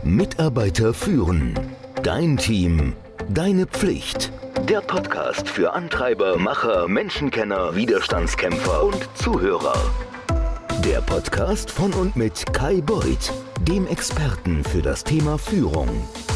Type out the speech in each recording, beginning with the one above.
Mitarbeiter führen. Dein Team, deine Pflicht. Der Podcast für Antreiber, Macher, Menschenkenner, Widerstandskämpfer und Zuhörer. Der Podcast von und mit Kai Beuth, dem Experten für das Thema Führung.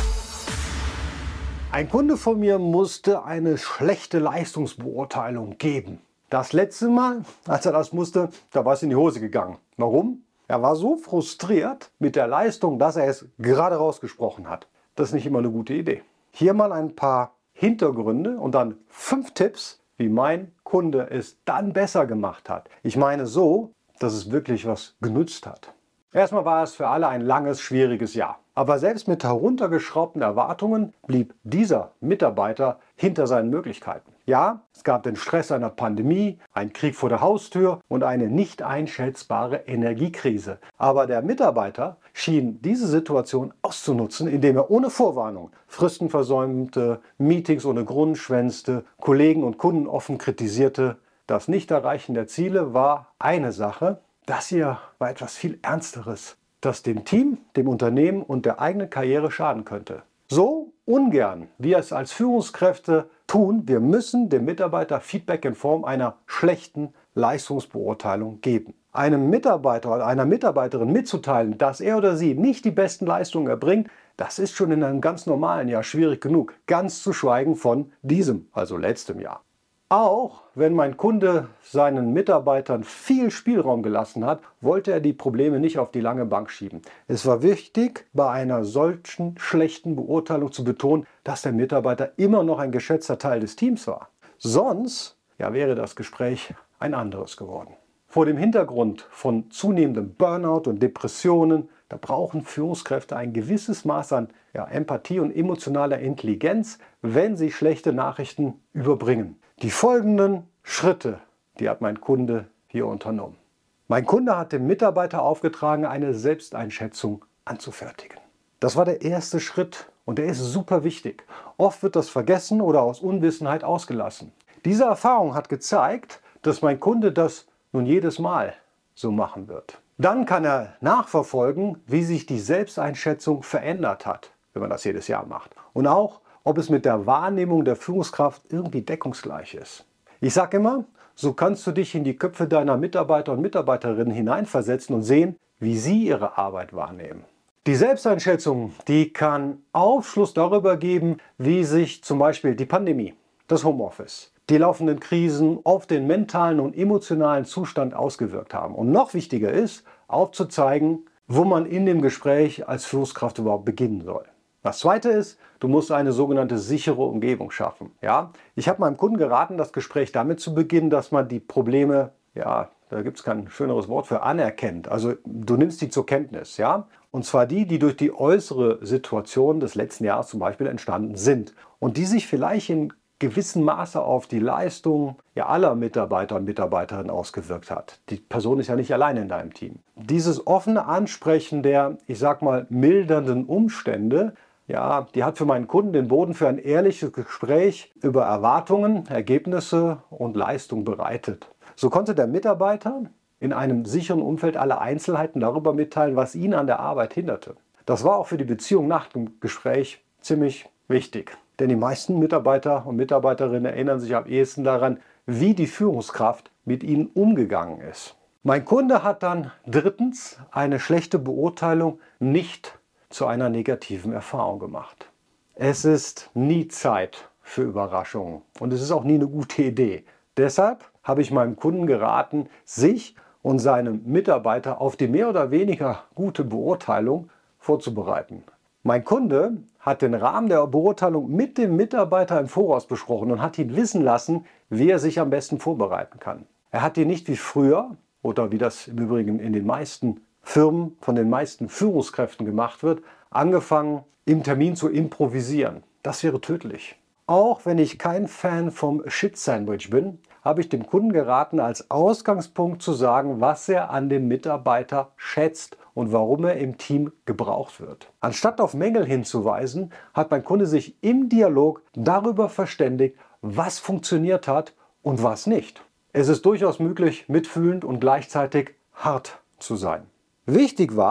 Ein Kunde von mir musste eine schlechte Leistungsbeurteilung geben. Das letzte Mal, als er das musste, da war es in die Hose gegangen. Warum? Er war so frustriert mit der Leistung, dass er es gerade rausgesprochen hat. Das ist nicht immer eine gute Idee. Hier mal ein paar Hintergründe und dann 5 Tipps, wie mein Kunde es dann besser gemacht hat. Ich meine so, dass es wirklich was genützt hat. Erstmal war es für alle ein langes, schwieriges Jahr. Aber selbst mit heruntergeschraubten Erwartungen blieb dieser Mitarbeiter hinter seinen Möglichkeiten. Ja, es gab den Stress einer Pandemie, einen Krieg vor der Haustür und eine nicht einschätzbare Energiekrise. Aber der Mitarbeiter schien diese Situation auszunutzen, indem er ohne Vorwarnung Fristen versäumte, Meetings ohne Grund schwänzte, Kollegen und Kunden offen kritisierte. Das Nichterreichen der Ziele war eine Sache. Das hier war etwas viel Ernsteres, das dem Team, dem Unternehmen und der eigenen Karriere schaden könnte. So ungern wir es als Führungskräfte tun, wir müssen dem Mitarbeiter Feedback in Form einer schlechten Leistungsbeurteilung geben. Einem Mitarbeiter oder einer Mitarbeiterin mitzuteilen, dass er oder sie nicht die besten Leistungen erbringt, das ist schon in einem ganz normalen Jahr schwierig genug. Ganz zu schweigen von diesem, also letztem Jahr. Auch wenn mein Kunde seinen Mitarbeitern viel Spielraum gelassen hat, wollte er die Probleme nicht auf die lange Bank schieben. Es war wichtig, bei einer solchen schlechten Beurteilung zu betonen, dass der Mitarbeiter immer noch ein geschätzter Teil des Teams war. Sonst wäre das Gespräch ein anderes geworden. Vor dem Hintergrund von zunehmendem Burnout und Depressionen, da brauchen Führungskräfte ein gewisses Maß an Empathie und emotionaler Intelligenz, wenn sie schlechte Nachrichten überbringen. Die folgenden Schritte, die hat mein Kunde hier unternommen. Mein Kunde hat dem Mitarbeiter aufgetragen, eine Selbsteinschätzung anzufertigen. Das war der erste Schritt und der ist super wichtig. Oft wird das vergessen oder aus Unwissenheit ausgelassen. Diese Erfahrung hat gezeigt, dass mein Kunde das nun jedes Mal so machen wird. Dann kann er nachverfolgen, wie sich die Selbsteinschätzung verändert hat, wenn man das jedes Jahr macht. Und auch, ob es mit der Wahrnehmung der Führungskraft irgendwie deckungsgleich ist. Ich sage immer, so kannst du dich in die Köpfe deiner Mitarbeiter und Mitarbeiterinnen hineinversetzen und sehen, wie sie ihre Arbeit wahrnehmen. Die Selbsteinschätzung, die kann Aufschluss darüber geben, wie sich zum Beispiel die Pandemie, das Homeoffice, die laufenden Krisen auf den mentalen und emotionalen Zustand ausgewirkt haben. Und noch wichtiger ist, aufzuzeigen, wo man in dem Gespräch als Führungskraft überhaupt beginnen soll. Das Zweite ist, du musst eine sogenannte sichere Umgebung schaffen. Ja? Ich habe meinem Kunden geraten, das Gespräch damit zu beginnen, dass man die Probleme, da gibt es kein schöneres Wort für, anerkennt. Also du nimmst die zur Kenntnis. Ja? Und zwar die durch die äußere Situation des letzten Jahres zum Beispiel entstanden sind. Und die sich vielleicht in gewissem Maße auf die Leistung aller Mitarbeiter und Mitarbeiterinnen ausgewirkt hat. Die Person ist ja nicht alleine in deinem Team. Dieses offene Ansprechen der, mildernden Umstände, die hat für meinen Kunden den Boden für ein ehrliches Gespräch über Erwartungen, Ergebnisse und Leistung bereitet. So konnte der Mitarbeiter in einem sicheren Umfeld alle Einzelheiten darüber mitteilen, was ihn an der Arbeit hinderte. Das war auch für die Beziehung nach dem Gespräch ziemlich wichtig. Denn die meisten Mitarbeiter und Mitarbeiterinnen erinnern sich am ehesten daran, wie die Führungskraft mit ihnen umgegangen ist. Mein Kunde hat dann drittens eine schlechte Beurteilung nicht zu einer negativen Erfahrung gemacht. Es ist nie Zeit für Überraschungen und es ist auch nie eine gute Idee. Deshalb habe ich meinem Kunden geraten, sich und seinem Mitarbeiter auf die mehr oder weniger gute Beurteilung vorzubereiten. Mein Kunde hat den Rahmen der Beurteilung mit dem Mitarbeiter im Voraus besprochen und hat ihn wissen lassen, wie er sich am besten vorbereiten kann. Er hat ihn nicht wie früher oder wie das im Übrigen in den meisten Firmen von den meisten Führungskräften gemacht wird, angefangen im Termin zu improvisieren. Das wäre tödlich. Auch wenn ich kein Fan vom Shit-Sandwich bin, habe ich dem Kunden geraten, als Ausgangspunkt zu sagen, was er an dem Mitarbeiter schätzt und warum er im Team gebraucht wird. Anstatt auf Mängel hinzuweisen, hat mein Kunde sich im Dialog darüber verständigt, was funktioniert hat und was nicht. Es ist durchaus möglich, mitfühlend und gleichzeitig hart zu sein. Wichtig war,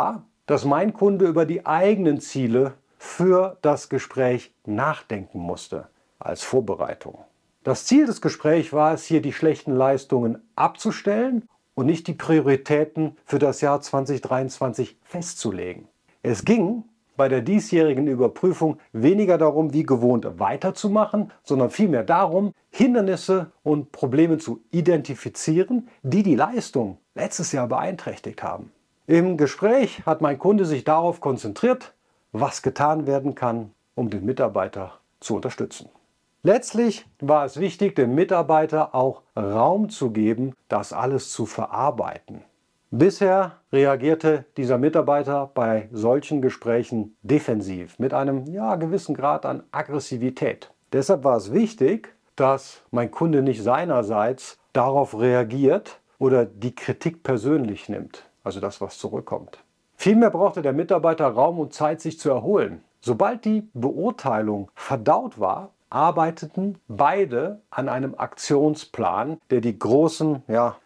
dass mein Kunde über die eigenen Ziele für das Gespräch nachdenken musste, als Vorbereitung. Das Ziel des Gesprächs war es, hier die schlechten Leistungen abzustellen und nicht die Prioritäten für das Jahr 2023 festzulegen. Es ging bei der diesjährigen Überprüfung weniger darum, wie gewohnt weiterzumachen, sondern vielmehr darum, Hindernisse und Probleme zu identifizieren, die die Leistung letztes Jahr beeinträchtigt haben. Im Gespräch hat mein Kunde sich darauf konzentriert, was getan werden kann, um den Mitarbeiter zu unterstützen. Letztlich war es wichtig, dem Mitarbeiter auch Raum zu geben, das alles zu verarbeiten. Bisher reagierte dieser Mitarbeiter bei solchen Gesprächen defensiv, mit einem gewissen Grad an Aggressivität. Deshalb war es wichtig, dass mein Kunde nicht seinerseits darauf reagiert oder die Kritik persönlich nimmt, also das, was zurückkommt. Vielmehr brauchte der Mitarbeiter Raum und Zeit, sich zu erholen. Sobald die Beurteilung verdaut war, arbeiteten beide an einem Aktionsplan, der die großen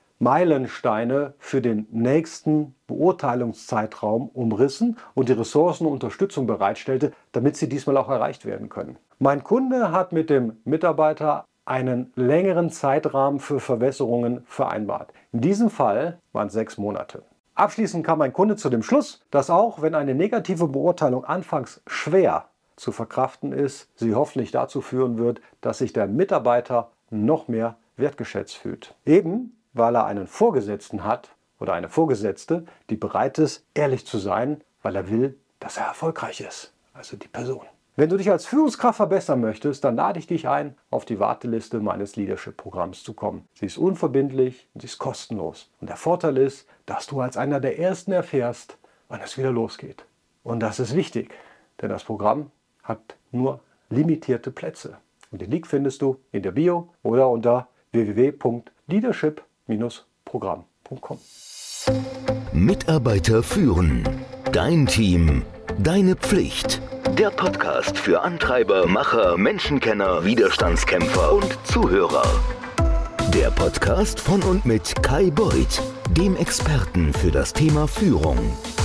Meilensteine für den nächsten Beurteilungszeitraum umrissen und die Ressourcen und Unterstützung bereitstellte, damit sie diesmal auch erreicht werden können. Mein Kunde hat mit dem Mitarbeiter einen längeren Zeitrahmen für Verbesserungen vereinbart. In diesem Fall waren es 6 Monate. Abschließend kam mein Kunde zu dem Schluss, dass auch wenn eine negative Beurteilung anfangs schwer zu verkraften ist, sie hoffentlich dazu führen wird, dass sich der Mitarbeiter noch mehr wertgeschätzt fühlt. Eben weil er einen Vorgesetzten hat oder eine Vorgesetzte, die bereit ist, ehrlich zu sein, weil er will, dass er erfolgreich ist, also die Person. Wenn du dich als Führungskraft verbessern möchtest, dann lade ich dich ein, auf die Warteliste meines Leadership-Programms zu kommen. Sie ist unverbindlich und sie ist kostenlos. Und der Vorteil ist, dass du als einer der Ersten erfährst, wann es wieder losgeht. Und das ist wichtig, denn das Programm hat nur limitierte Plätze. Und den Link findest du in der Bio oder unter www.leadership-programm.com. Mitarbeiter führen. Dein Team. Deine Pflicht. Der Podcast für Antreiber, Macher, Menschenkenner, Widerstandskämpfer und Zuhörer. Der Podcast von und mit Kai Beuth, dem Experten für das Thema Führung.